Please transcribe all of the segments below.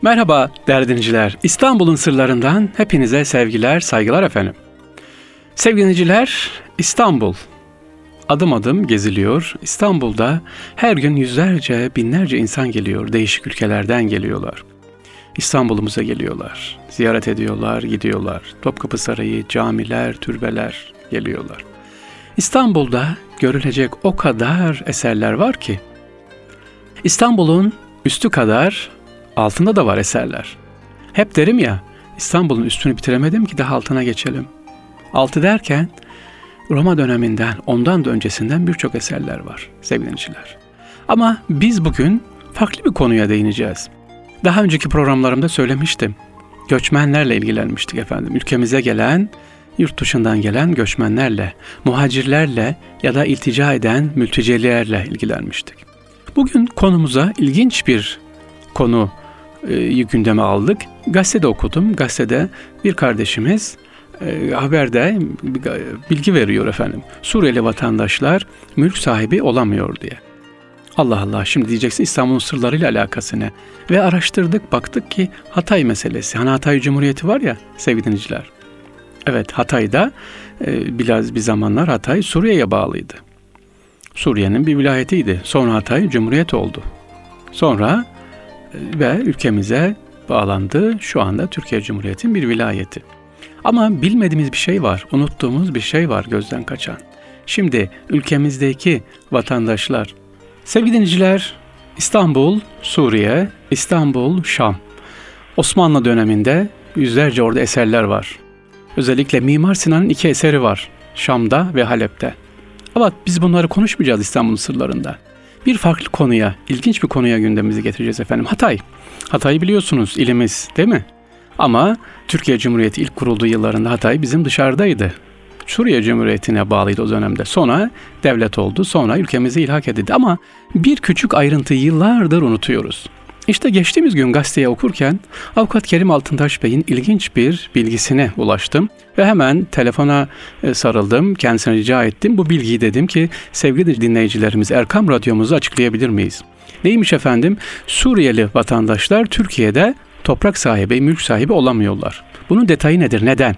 Merhaba değerli dinleyiciler. İstanbul'un sırlarından hepinize sevgiler, saygılar efendim. Sevgili dinleyiciler, İstanbul adım adım geziliyor. İstanbul'da her gün yüzlerce, binlerce insan geliyor. Değişik ülkelerden geliyorlar. İstanbul'umuza geliyorlar. Ziyaret ediyorlar, gidiyorlar. Topkapı Sarayı, camiler, türbeler geliyorlar. İstanbul'da görülecek o kadar eserler var ki, İstanbul'un üstü kadar altında da var eserler. Hep derim ya, İstanbul'un üstünü bitiremedim ki daha altına geçelim. Altı derken Roma döneminden, ondan da öncesinden birçok eserler var sevgili dinleyiciler. Ama biz bugün farklı bir konuya değineceğiz. Daha önceki programlarımda söylemiştim. Göçmenlerle ilgilenmiştik efendim. Ülkemize gelen, yurt dışından gelen göçmenlerle, muhacirlerle ya da iltica eden mültecilerle ilgilenmiştik. Bugün konumuza ilginç bir konuyu gündeme aldık. Gazetede okudum. Gazetede bir kardeşimiz haberde bilgi veriyor efendim. Suriyeli vatandaşlar mülk sahibi olamıyor diye. Allah Allah, şimdi diyeceksin İstanbul'un sırlarıyla alakası ne? Ve araştırdık, baktık ki Hatay meselesi. Hani Hatay Cumhuriyeti var ya sevgili dinleyiciler. Evet, Hatay'da biraz bir zamanlar Hatay Suriye'ye bağlıydı. Suriye'nin bir vilayetiydi. Sonra Hatay Cumhuriyet oldu. Sonra ve ülkemize bağlandı. Şu anda Türkiye Cumhuriyeti'nin bir vilayeti. Ama bilmediğimiz bir şey var, unuttuğumuz bir şey var gözden kaçan. Şimdi ülkemizdeki vatandaşlar, sevgili dinleyiciler, İstanbul, Suriye, İstanbul, Şam. Osmanlı döneminde yüzlerce orada eserler var. Özellikle Mimar Sinan'ın 2 eseri var, Şam'da ve Halep'te. Ama biz bunları konuşmayacağız İstanbul'un sırlarında. Bir farklı konuya, ilginç bir konuya gündemimizi getireceğiz efendim. Hatay. Hatay'ı biliyorsunuz, ilimiz değil mi? Ama Türkiye Cumhuriyeti ilk kurulduğu yıllarında Hatay bizim dışarıdaydı. Suriye Cumhuriyeti'ne bağlıydı o dönemde. Sonra devlet oldu, sonra ülkemize ilhak edildi. Ama bir küçük ayrıntıyı yıllardır unutuyoruz. İşte geçtiğimiz gün gazeteye okurken Avukat Kerim Altıntaş Bey'in ilginç bir bilgisine ulaştım. Ve hemen telefona sarıldım, kendisine rica ettim. Bu bilgiyi dedim ki sevgili dinleyicilerimiz, Erkam Radyomuzu açıklayabilir miyiz? Neymiş efendim? Suriyeli vatandaşlar Türkiye'de toprak sahibi, mülk sahibi olamıyorlar. Bunun detayı nedir? Neden?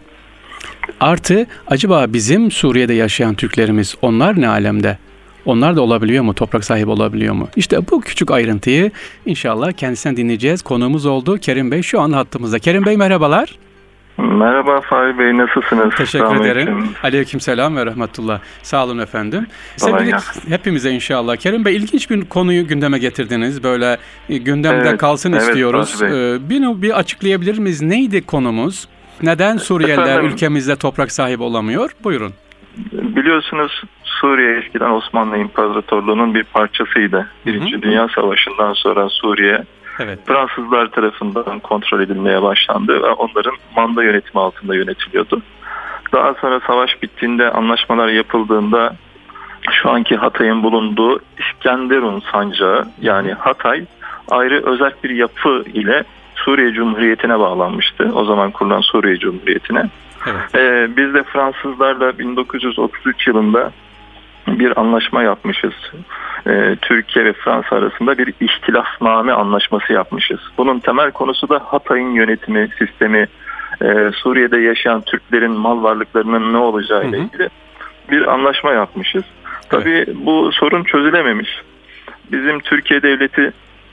Artı acaba bizim Suriye'de yaşayan Türklerimiz, onlar ne alemde? Onlar da olabiliyor mu? Toprak sahibi olabiliyor mu? İşte bu küçük ayrıntıyı inşallah kendisinden dinleyeceğiz. Konuğumuz oldu Kerim Bey şu an hattımızda. Kerim Bey merhabalar. Merhaba Fahri Bey, nasılsınız? Teşekkür ederim. Aleykümselam ve rahmetullah. Sağ olun efendim. Sevgili hepimize inşallah. Kerim Bey, ilginç bir konuyu gündeme getirdiniz. Böyle gündemde kalsın istiyoruz. Bir açıklayabilir miyiz? Neydi konumuz? Neden Suriyeliler ülkemizde toprak sahibi olamıyor? Buyurun. Biliyorsunuz Suriye eskiden Osmanlı İmparatorluğu'nun bir parçasıydı. Birinci Dünya Savaşı'ndan sonra Suriye Fransızlar tarafından kontrol edilmeye başlandı ve onların manda yönetimi altında yönetiliyordu. Daha sonra savaş bittiğinde, anlaşmalar yapıldığında şu anki Hatay'ın bulunduğu İskenderun sancağı, yani Hatay ayrı özel bir yapı ile Suriye Cumhuriyeti'ne bağlanmıştı. O zaman kurulan Suriye Cumhuriyeti'ne. Evet. Biz de Fransızlarla 1933 yılında bir anlaşma yapmışız. Türkiye ve Fransa arasında bir ihtilafname anlaşması yapmışız. Bunun temel konusu da Hatay'ın yönetimi, sistemi, Suriye'de yaşayan Türklerin mal varlıklarının ne olacağı ile ilgili bir anlaşma yapmışız. Tabii bu sorun çözülememiş. Bizim Türkiye Devleti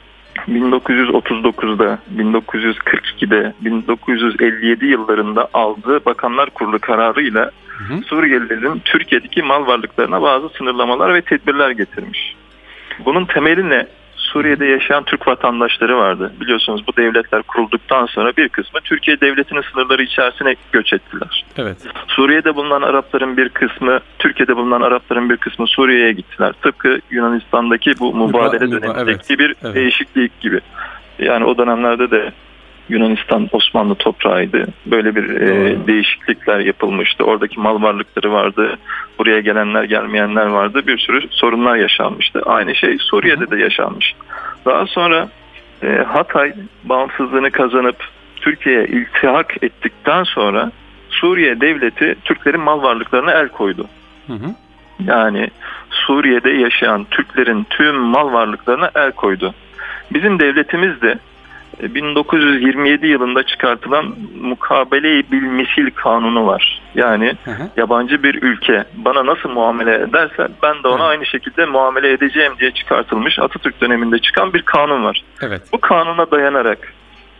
1939'da, 1942'de, 1957 yıllarında aldığı Bakanlar Kurulu kararıyla Suriyelilerin Türkiye'deki mal varlıklarına bazı sınırlamalar ve tedbirler getirmiş. Bunun temeli ne? Suriye'de yaşayan Türk vatandaşları vardı. Biliyorsunuz bu devletler kurulduktan sonra bir kısmı Türkiye Devleti'nin sınırları içerisine göç ettiler. Evet. Suriye'de bulunan Arapların bir kısmı, Türkiye'de bulunan Arapların bir kısmı Suriye'ye gittiler. Tıpkı Yunanistan'daki bu mübadele dönemindeki bir değişiklik gibi. Yani o dönemlerde de Yunanistan Osmanlı toprağıydı. Böyle bir değişiklikler yapılmıştı. Oradaki mal varlıkları vardı. Buraya gelenler, gelmeyenler vardı. Bir sürü sorunlar yaşanmıştı. Aynı şey Suriye'de de yaşanmış. Daha sonra Hatay bağımsızlığını kazanıp Türkiye'ye iltihak ettikten sonra Suriye devleti Türklerin mal varlıklarına el koydu. Yani Suriye'de yaşayan Türklerin tüm mal varlıklarına el koydu. Bizim devletimiz de 1927 yılında çıkartılan Mukabele-i Bilmisil Kanunu var. Yani yabancı bir ülke bana nasıl muamele ederse ben de ona aynı şekilde muamele edeceğim diye çıkartılmış, Atatürk döneminde çıkan bir kanun var. Evet. Bu kanuna dayanarak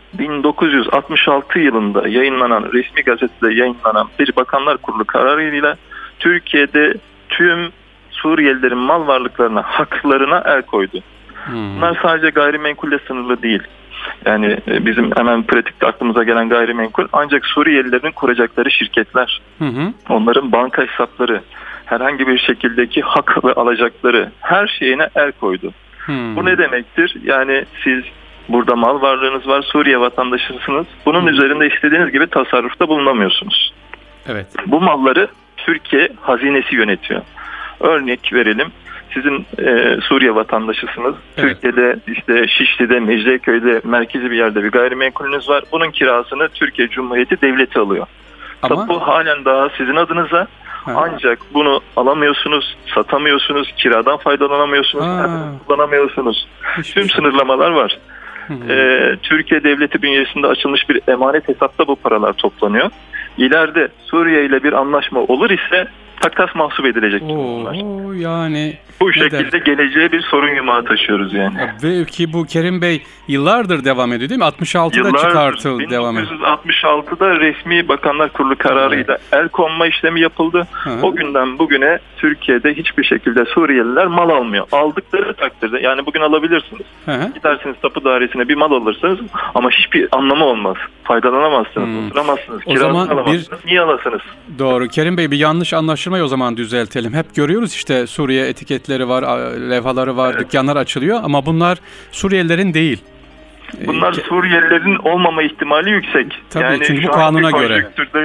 1966 yılında yayınlanan, resmi gazetede yayınlanan bir Bakanlar Kurulu kararıyla Türkiye'de tüm Suriyelilerin mal varlıklarına, haklarına el koydu. Bunlar sadece gayrimenkulle sınırlı değil. Yani bizim hemen pratikte aklımıza gelen gayrimenkul ancak Suriyelilerin kuracakları şirketler, onların banka hesapları, herhangi bir şekildeki hak ve alacakları, her şeyine el koydu. Bu ne demektir? Yani siz burada mal varlığınız var, Suriye vatandaşısınız. Bunun üzerinde istediğiniz gibi tasarrufta bulunamıyorsunuz. Evet. Bu malları Türkiye hazinesi yönetiyor. Örnek verelim. Sizin Suriye vatandaşısınız. Evet. Türkiye'de işte Şişli'de, Mecidiyeköy'de merkezi bir yerde bir gayrimenkulünüz var. Bunun kirasını Türkiye Cumhuriyeti devleti alıyor. Ama bu halen daha sizin adınıza. Ancak bunu alamıyorsunuz, satamıyorsunuz, kiradan faydalanamıyorsunuz, kullanamıyorsunuz. Tüm sınırlamalar var. Türkiye devleti bünyesinde açılmış bir emanet hesapta bu paralar toplanıyor. İleride Suriye ile bir anlaşma olur ise takas mahsup edilecek. Yani bu şekilde geleceğe bir sorun yumağı taşıyoruz yani. Ve ki bu Kerim Bey yıllardır devam ediyor değil mi? 66'da çıkartıldı, devam ediyor. 1966'da resmi Bakanlar Kurulu kararıyla el konma işlemi yapıldı. O günden bugüne Türkiye'de hiçbir şekilde Suriyeliler mal almıyor. Aldıkları takdirde yani bugün alabilirsiniz. Gidersiniz tapu dairesine bir mal alırsınız ama hiçbir anlamı olmaz. Faydalanamazsınız, oturamazsınız, kirasını alamazsınız. Niye alasınız? Doğru. Kerim Bey bir yanlış anlaşılmayı o zaman düzeltelim. Hep görüyoruz işte Suriye etiketleri var, levhaları var, dükkanlar açılıyor ama bunlar Suriyelilerin değil. Bunlar Suriyelilerin olmama ihtimali yüksek. Tabii yani çünkü bu kanuna göre.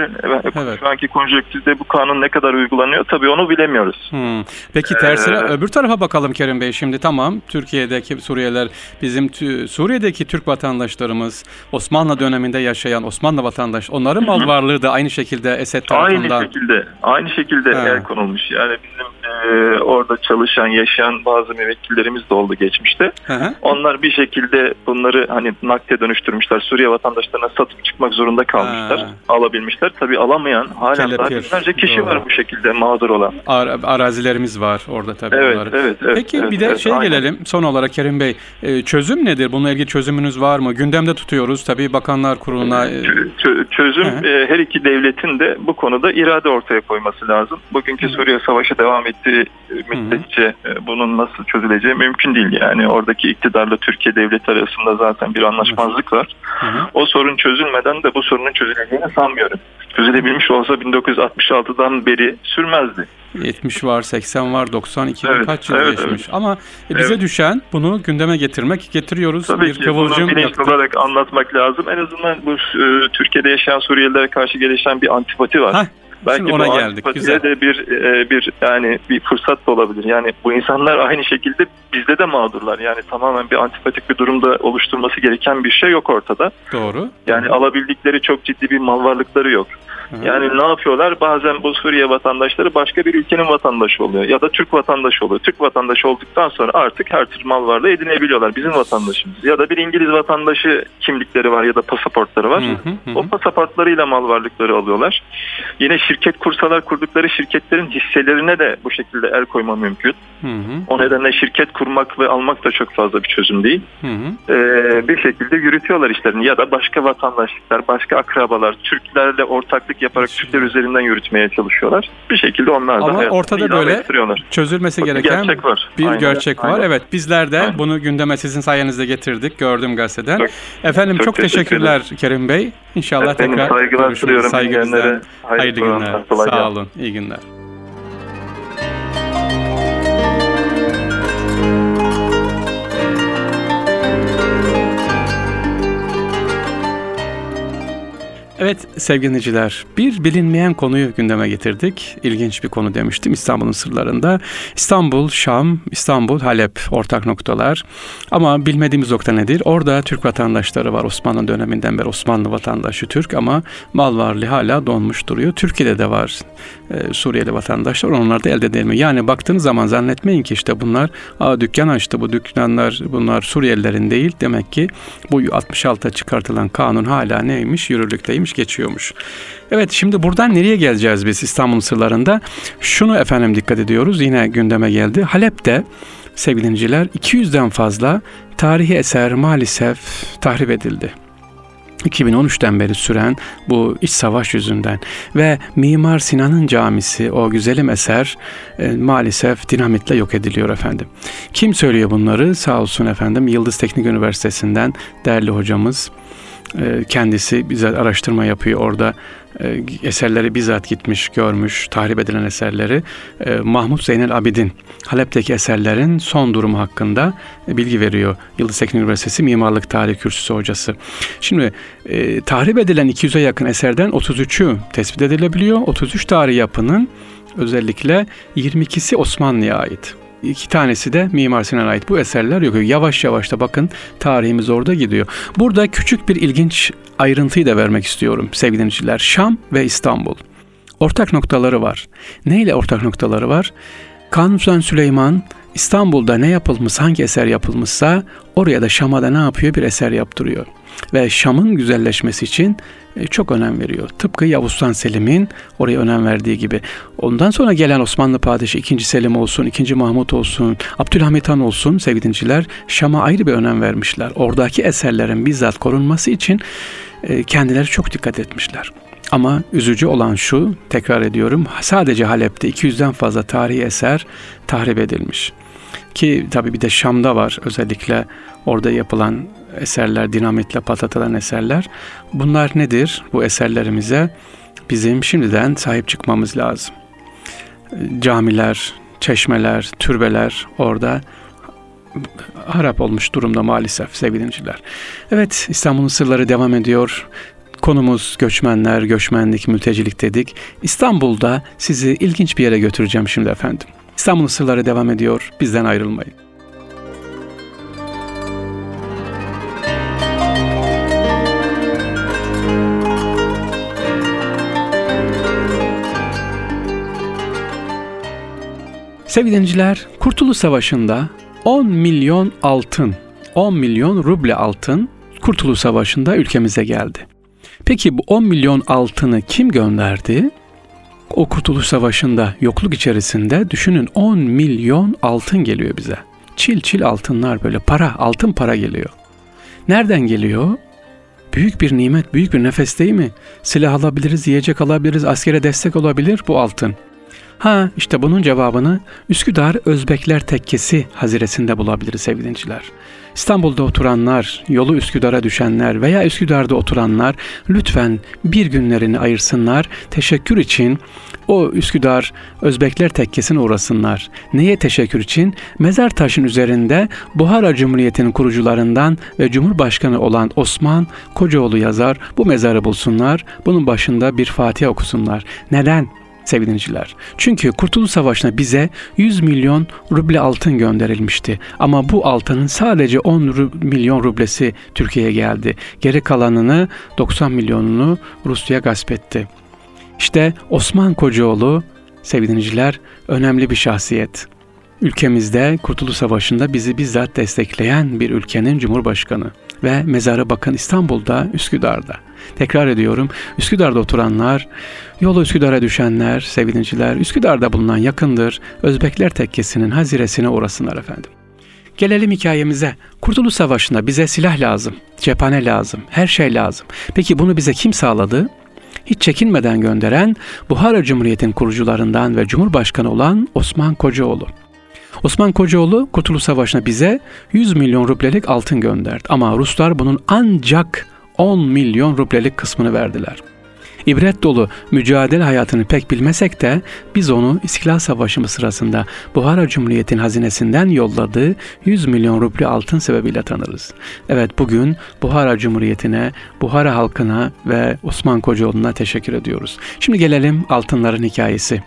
Şu anki konjonktürde bu kanun ne kadar uygulanıyor tabii onu bilemiyoruz. Peki tersine öbür tarafa bakalım Kerim Bey. Şimdi tamam Türkiye'deki Suriyeliler bizim Suriye'deki Türk vatandaşlarımız Osmanlı döneminde yaşayan Osmanlı vatandaş onların mal varlığı da aynı şekilde Esed tarafından. Aynı şekilde el konulmuş. Yani bizim orada çalışan yaşayan bazı müvekkillerimiz de oldu geçmişte. Onlar bir şekilde bunları hani nakde dönüştürmüşler. Suriye vatandaşlarına satıp çıkmak zorunda kalmışlar. Alabilmişler. Tabii alamayan halen daha binlerce kişi var bu şekilde mağdur olan. Arazilerimiz var orada tabii. Evet. Peki bir de gelelim son olarak Kerim Bey. Çözüm nedir? Bununla ilgili çözümünüz var mı? Gündemde tutuyoruz. Tabii Bakanlar Kurulu'na. Çözüm her iki devletin de bu konuda irade ortaya koyması lazım. Bugünkü Suriye Savaşı devam ettiği müddetçe bunun nasıl çözüleceği mümkün değil. Yani oradaki iktidarla Türkiye devleti arasında zaten bir anlaşmazlık var. O sorun çözülmeden de bu sorunun çözüleceğini sanmıyorum. Çözülebilmiş olsa 1966'dan beri sürmezdi. 70 var, 80 var, 92 kaç yıl geçmiş. Ama bize düşen bunu gündeme getiriyoruz. Tabii ki bunu bilinçli olarak anlatmak lazım. En azından bu Türkiye'de yaşayan Suriyelilere karşı gelişen bir antipati var. Belki ona bu geldik. Güzel. De bir fırsat da olabilir. Yani bu insanlar aynı şekilde bizde de mağdurlar. Yani tamamen bir antipatik bir durumda oluşturması gereken bir şey yok ortada. Doğru. Yani alabildikleri çok ciddi bir mal varlıkları yok. Yani ne yapıyorlar? Bazen bu Suriye vatandaşları başka bir ülkenin vatandaşı oluyor. Ya da Türk vatandaşı oluyor. Türk vatandaşı olduktan sonra artık her tür mal varlığı edinebiliyorlar. Bizim vatandaşımız. Ya da bir İngiliz vatandaşı kimlikleri var ya da pasaportları var. O pasaportlarıyla mal varlıkları alıyorlar. Yine şirket kursalar kurdukları şirketlerin hisselerine de bu şekilde el koyma mümkün. O nedenle şirket kurmak ve almak da çok fazla bir çözüm değil. Bir şekilde yürütüyorlar işlerini. Ya da başka vatandaşlıklar, başka akrabalar, Türklerle ortaklık yaparak Türkler üzerinden yürütmeye çalışıyorlar. Bir şekilde onlar da ama ortada böyle çözülmesi gereken gerçek var. Evet bizler de bunu gündeme sizin sayenizde getirdik. Gördüm gazeteden. Efendim çok teşekkürler Kerim Bey. İnşallah tekrar görüşürüz. Saygılarımla. Hayırlı günler. Sağ olun. İyi günler. Evet sevgili dinleyiciler, bir bilinmeyen konuyu gündeme getirdik. İlginç bir konu demiştim İstanbul'un sırlarında. İstanbul, Şam, İstanbul, Halep ortak noktalar. Ama bilmediğimiz nokta nedir? Orada Türk vatandaşları var. Osmanlı döneminden beri Osmanlı vatandaşı Türk ama mal varlığı hala donmuş duruyor. Türkiye'de de var Suriyeli vatandaşlar, onlar da elde edilmiyor. Yani baktığınız zaman zannetmeyin ki işte bunlar dükkan açtı, bu dükkanlar bunlar Suriyelilerin değil. Demek ki bu 66'a çıkartılan kanun hala neymiş? Yürürlükteymiş, geçiyormuş. Evet, şimdi buradan nereye geleceğiz biz İstanbul'un sırlarında? Şunu efendim dikkat ediyoruz, yine gündeme geldi. Halep'te sevgili dinleyiciler 200'den fazla tarihi eser maalesef tahrip edildi. 2013'ten beri süren bu iç savaş yüzünden ve Mimar Sinan'ın camisi, o güzelim eser maalesef dinamitle yok ediliyor efendim. Kim söylüyor bunları? Sağ olsun efendim Yıldız Teknik Üniversitesi'nden değerli hocamız. Kendisi bize araştırma yapıyor orada, eserleri bizzat gitmiş görmüş, tahrip edilen eserleri. Mahmut Zeynel Abidin Halep'teki eserlerin son durumu hakkında bilgi veriyor. Yıldız Teknik Üniversitesi Mimarlık Tarihi Kürsüsü hocası. Şimdi tahrip edilen 200'e yakın eserden 33'ü tespit edilebiliyor. 33 tarihi yapının özellikle 22'si Osmanlı'ya ait. 2 tanesi de Mimar Sinan'a ait. Bu eserler yok. Yavaş yavaş da bakın tarihimiz orada gidiyor. Burada küçük bir ilginç ayrıntıyı da vermek istiyorum sevgili dinleyiciler. Şam ve İstanbul. Ortak noktaları var. Neyle ortak noktaları var? Kanuni Sultan Süleyman İstanbul'da ne yapılmış, hangi eser yapılmışsa oraya da Şam'a da ne yapıyor? Bir eser yaptırıyor. Ve Şam'ın güzelleşmesi için çok önem veriyor. Tıpkı Yavuz Sultan Selim'in oraya önem verdiği gibi. Ondan sonra gelen Osmanlı Padişahı 2. Selim olsun, 2. Mahmut olsun, Abdülhamit Han olsun sevgili dinleyiciler, Şam'a ayrı bir önem vermişler. Oradaki eserlerin bizzat korunması için kendileri çok dikkat etmişler. Ama üzücü olan şu, tekrar ediyorum, sadece Halep'te 200'den fazla tarihi eser tahrip edilmiş. Ki tabii bir de Şam'da var, özellikle orada yapılan eserler, dinamitle patlatılan eserler. Bunlar nedir? Bu eserlerimize bizim şimdiden sahip çıkmamız lazım. Camiler, çeşmeler, türbeler orada harap olmuş durumda maalesef sevgili dinleyiciler. Evet, İstanbul'un sırları devam ediyor. Konumuz göçmenler, göçmenlik, mültecilik dedik. İstanbul'da sizi ilginç bir yere götüreceğim şimdi efendim. İstanbul'un sırları devam ediyor. Bizden ayrılmayın. Sevgili dinleyiciler, Kurtuluş Savaşı'nda 10 milyon altın, 10 milyon ruble altın Kurtuluş Savaşı'nda ülkemize geldi. Peki bu 10 milyon altını kim gönderdi? O Kurtuluş Savaşı'nda yokluk içerisinde düşünün 10 milyon altın geliyor bize. Çil çil altınlar, böyle para, altın para geliyor. Nereden geliyor? Büyük bir nimet, büyük bir nefes değil mi? Silah alabiliriz, yiyecek alabiliriz, askere destek olabilir bu altın. İşte bunun cevabını Üsküdar Özbekler Tekkesi haziresinde bulabiliriz sevgili dinleyiciler. İstanbul'da oturanlar, yolu Üsküdar'a düşenler veya Üsküdar'da oturanlar lütfen bir günlerini ayırsınlar. Teşekkür için o Üsküdar Özbekler Tekkesi'ne uğrasınlar. Neye teşekkür için? Mezar taşın üzerinde Buhara Cumhuriyeti'nin kurucularından ve Cumhurbaşkanı olan Osman Kocaoğlu yazar. Bu mezarı bulsunlar. Bunun başında bir Fatiha okusunlar. Neden? Sevgili dinleyiciler. Çünkü Kurtuluş Savaşı'na bize 100 milyon ruble altın gönderilmişti. Ama bu altının sadece 10 milyon rublesi Türkiye'ye geldi. Geri kalanını 90 milyonunu Rusya gasp etti. İşte Osman Kocaoğlu sevgili dinleyiciler önemli bir şahsiyet. Ülkemizde Kurtuluş Savaşı'nda bizi bizzat destekleyen bir ülkenin Cumhurbaşkanı. Ve mezarı bakın İstanbul'da, Üsküdar'da. Tekrar ediyorum, Üsküdar'da oturanlar, yolu Üsküdar'a düşenler, sevgili dinleyiciler, Üsküdar'da bulunan yakındır, Özbekler Tekkesi'nin haziresine uğrasınlar efendim. Gelelim hikayemize. Kurtuluş Savaşı'nda bize silah lazım, cephane lazım, her şey lazım. Peki bunu bize kim sağladı? Hiç çekinmeden gönderen Buhara Cumhuriyeti'nin kurucularından ve Cumhurbaşkanı olan Osman Kocaoğlu. Osman Kocaoğlu Kurtuluş Savaşı'na bize 100 milyon rublelik altın gönderdi. Ama Ruslar bunun ancak 10 milyon rublelik kısmını verdiler. İbret dolu mücadele hayatını pek bilmesek de biz onu İstiklal Savaşı sırasında Buhara Cumhuriyeti'nin hazinesinden yolladığı 100 milyon ruble altın sebebiyle tanırız. Evet, bugün Buhara Cumhuriyeti'ne, Buhara halkına ve Osman Kocaoğlu'na teşekkür ediyoruz. Şimdi gelelim altınların hikayesi.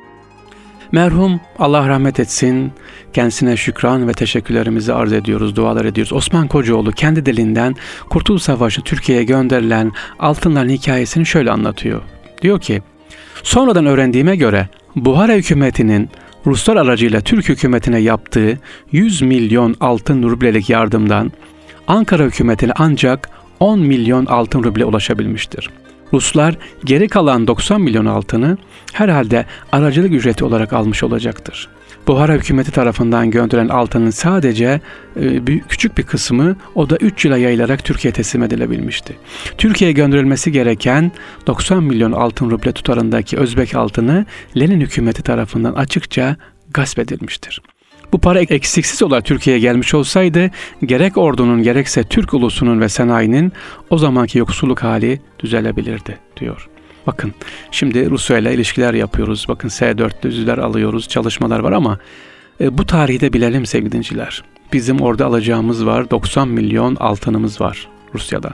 Merhum Allah rahmet etsin, kendisine şükran ve teşekkürlerimizi arz ediyoruz, dualar ediyoruz. Osman Kocaoğlu kendi dilinden Kurtuluş Savaşı Türkiye'ye gönderilen altınların hikayesini şöyle anlatıyor. Diyor ki, sonradan öğrendiğime göre Buhara hükümetinin Ruslar aracıyla Türk hükümetine yaptığı 100 milyon altın rublelik yardımdan Ankara hükümetine ancak 10 milyon altın ruble ulaşabilmiştir. Ruslar geri kalan 90 milyon altını herhalde aracılık ücreti olarak almış olacaktır. Buhara hükümeti tarafından gönderilen altının sadece küçük bir kısmı, o da 3 yıla yayılarak Türkiye'ye teslim edilebilmişti. Türkiye'ye gönderilmesi gereken 90 milyon altın ruble tutarındaki Özbek altını Lenin hükümeti tarafından açıkça gasp edilmiştir. Bu para eksiksiz olarak Türkiye'ye gelmiş olsaydı gerek ordunun gerekse Türk ulusunun ve sanayinin o zamanki yoksulluk hali düzelebilirdi diyor. Bakın şimdi Rusya ile ilişkiler yapıyoruz. Bakın S-400'ler alıyoruz, çalışmalar var ama bu tarihi de bilelim sevgili dinleyiciler. Bizim orada alacağımız var, 90 milyon altınımız var Rusya'dan.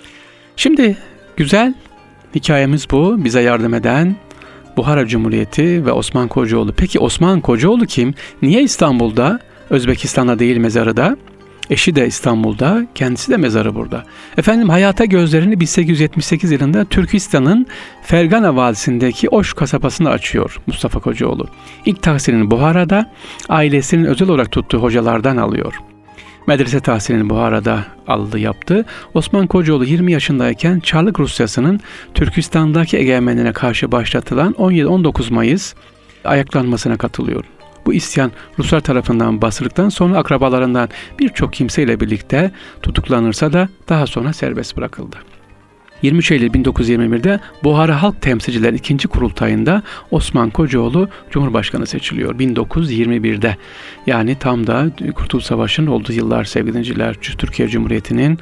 Şimdi güzel hikayemiz bu. Bize yardım eden Buhara Cumhuriyeti ve Osman Kocaoğlu. Peki Osman Kocaoğlu kim? Niye İstanbul'da? Özbekistan'da değil, mezarı da. Eşi de İstanbul'da, kendisi de mezarı burada. Efendim, hayata gözlerini 1878 yılında Türkistan'ın Fergana Vadisi'ndeki Oş kasabasında açıyor Mustafa Kocaoğlu. İlk tahsilini Buhara'da, ailesinin özel olarak tuttuğu hocalardan alıyor. Medrese tahsilini Buhara'da yaptı. Osman Kocaoğlu 20 yaşındayken Çarlık Rusyası'nın Türkistan'daki egemenliğine karşı başlatılan 17-19 Mayıs ayaklanmasına katılıyor. Bu isyan Ruslar tarafından basıldıktan sonra akrabalarından birçok kimseyle birlikte tutuklanırsa da daha sonra serbest bırakıldı. 23 Eylül 1921'de Buhara Halk Temsilcileri 2. Kurultayı'nda Osman Kocaoğlu Cumhurbaşkanı seçiliyor. 1921'de, yani tam da Kurtuluş Savaşı'nın olduğu yıllar sevgili dinleyiciler, Türkiye Cumhuriyeti'nin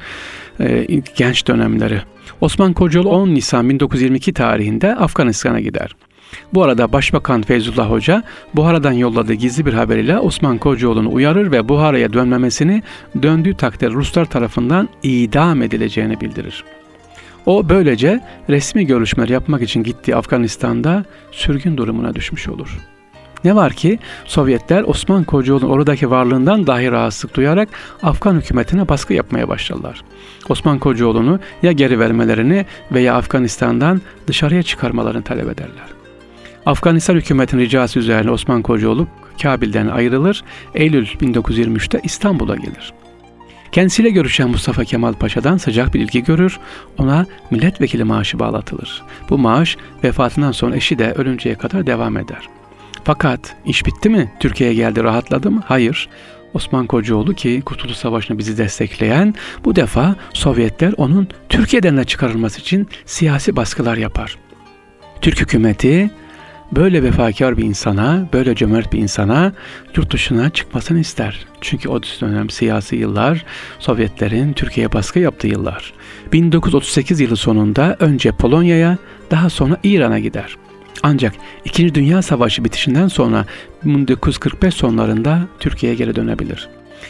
genç dönemleri. Osman Kocaoğlu 10 Nisan 1922 tarihinde Afganistan'a gider. Bu arada Başbakan Feyzullah Hoca Buhara'dan yolladığı gizli bir haberiyle Osman Kocaoğlu'nu uyarır ve Buhara'ya dönmemesini, döndüğü takdirde Ruslar tarafından idam edileceğini bildirir. O böylece resmi görüşmeler yapmak için gittiği Afganistan'da sürgün durumuna düşmüş olur. Ne var ki Sovyetler Osman Kocaoğlu'nun oradaki varlığından dahi rahatsızlık duyarak Afgan hükümetine baskı yapmaya başladılar. Osman Kocaoğlu'nu ya geri vermelerini veya Afganistan'dan dışarıya çıkarmalarını talep ederler. Afganistan hükümetinin ricası üzerine Osman Kocaoğlu Kabil'den ayrılır, Eylül 1923'te İstanbul'a gelir. Kendisiyle görüşen Mustafa Kemal Paşa'dan sıcak bir ilgi görür, ona milletvekili maaşı bağlatılır. Bu maaş vefatından sonra eşi de ölünceye kadar devam eder. Fakat iş bitti mi? Türkiye'ye geldi, rahatladı mı? Hayır. Osman Kocaoğlu, ki Kurtuluş Savaşı'nı bizi destekleyen, bu defa Sovyetler onun Türkiye'den de çıkarılması için siyasi baskılar yapar. Türk hükümeti böyle vefakar bir insana, böyle cömert bir insana yurt dışına çıkmasını ister. Çünkü o dönem siyasi yıllar, Sovyetlerin Türkiye'ye baskı yaptığı yıllar. 1938 yılı sonunda önce Polonya'ya, daha sonra İran'a gider. Ancak 2. Dünya Savaşı bitişinden sonra 1945 sonlarında Türkiye'ye geri dönebilir.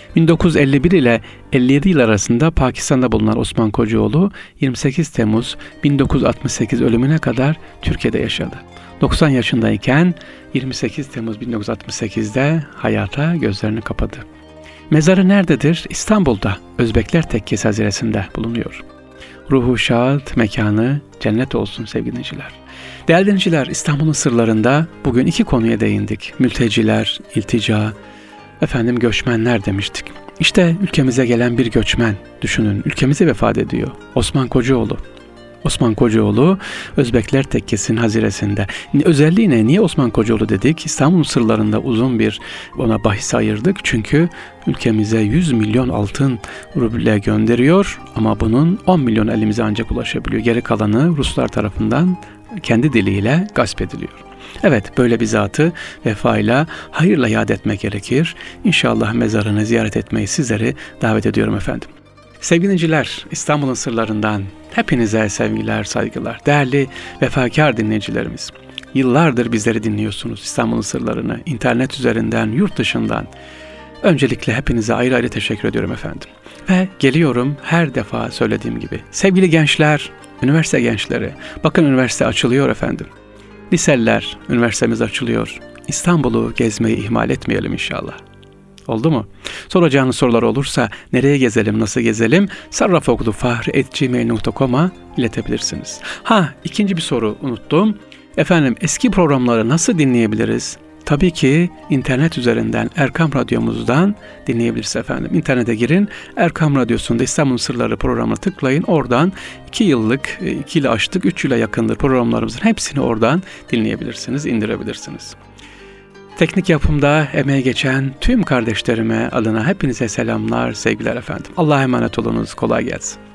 1951 ile 57 yıl arasında Pakistan'da bulunan Osman Kocaoğlu 28 Temmuz 1968 ölümüne kadar Türkiye'de yaşadı. 90 yaşındayken 28 Temmuz 1968'de hayata gözlerini kapadı. Mezarı nerededir? İstanbul'da Özbekler Tekkesi Haziresi'nde bulunuyor. Ruhu şad, mekanı cennet olsun sevgili dinleyiciler. Değerli dinleyiciler, İstanbul'un sırlarında bugün 2 konuya değindik. Mülteciler, iltica, göçmenler demiştik. İşte ülkemize gelen bir göçmen, düşünün, ülkemize vefat ediyor. Osman Kocaoğlu. Osman Kocaoğlu Özbekler Tekkesi'nin haziresinde. Özelliği ne? Niye Osman Kocaoğlu dedik? İstanbul sırlarında uzun bir ona bahis ayırdık. Çünkü ülkemize 100 milyon altın ruble gönderiyor ama bunun 10 milyon elimize ancak ulaşabiliyor. Geri kalanı Ruslar tarafından kendi diliyle gasp ediliyor. Evet, böyle bir zatı vefayla, hayırla yad etmek gerekir. İnşallah mezarını ziyaret etmeyi sizleri davet ediyorum efendim. Sevgili dinleyiciler, İstanbul'un sırlarından hepinize sevgiler, saygılar. Değerli vefakar dinleyicilerimiz, yıllardır bizleri dinliyorsunuz, İstanbul'un sırlarını, internet üzerinden, yurt dışından. Öncelikle hepinize ayrı ayrı teşekkür ediyorum efendim. Ve geliyorum her defa söylediğim gibi. Sevgili gençler, üniversite gençleri, bakın üniversite açılıyor efendim. Liseliler, üniversitemiz açılıyor. İstanbul'u gezmeyi ihmal etmeyelim inşallah. Oldu mu? Soracağınız sorular olursa nereye gezelim, nasıl gezelim? sarrafoglufahri@gmail.com'a iletebilirsiniz. İkinci bir soru unuttum. Efendim, eski programları nasıl dinleyebiliriz? Tabii ki internet üzerinden Erkam Radyomuzdan dinleyebilirsiniz efendim. İnternete girin, Erkam Radyosu'nda İstanbul Sırları programına tıklayın. Oradan 2 yıllık, 2 yılı aştık, 3 yıla yakındır programlarımızın hepsini oradan dinleyebilirsiniz, indirebilirsiniz. Teknik yapımda emeği geçen tüm kardeşlerime adına hepinize selamlar, sevgiler efendim. Allah'a emanet olunuz, kolay gelsin.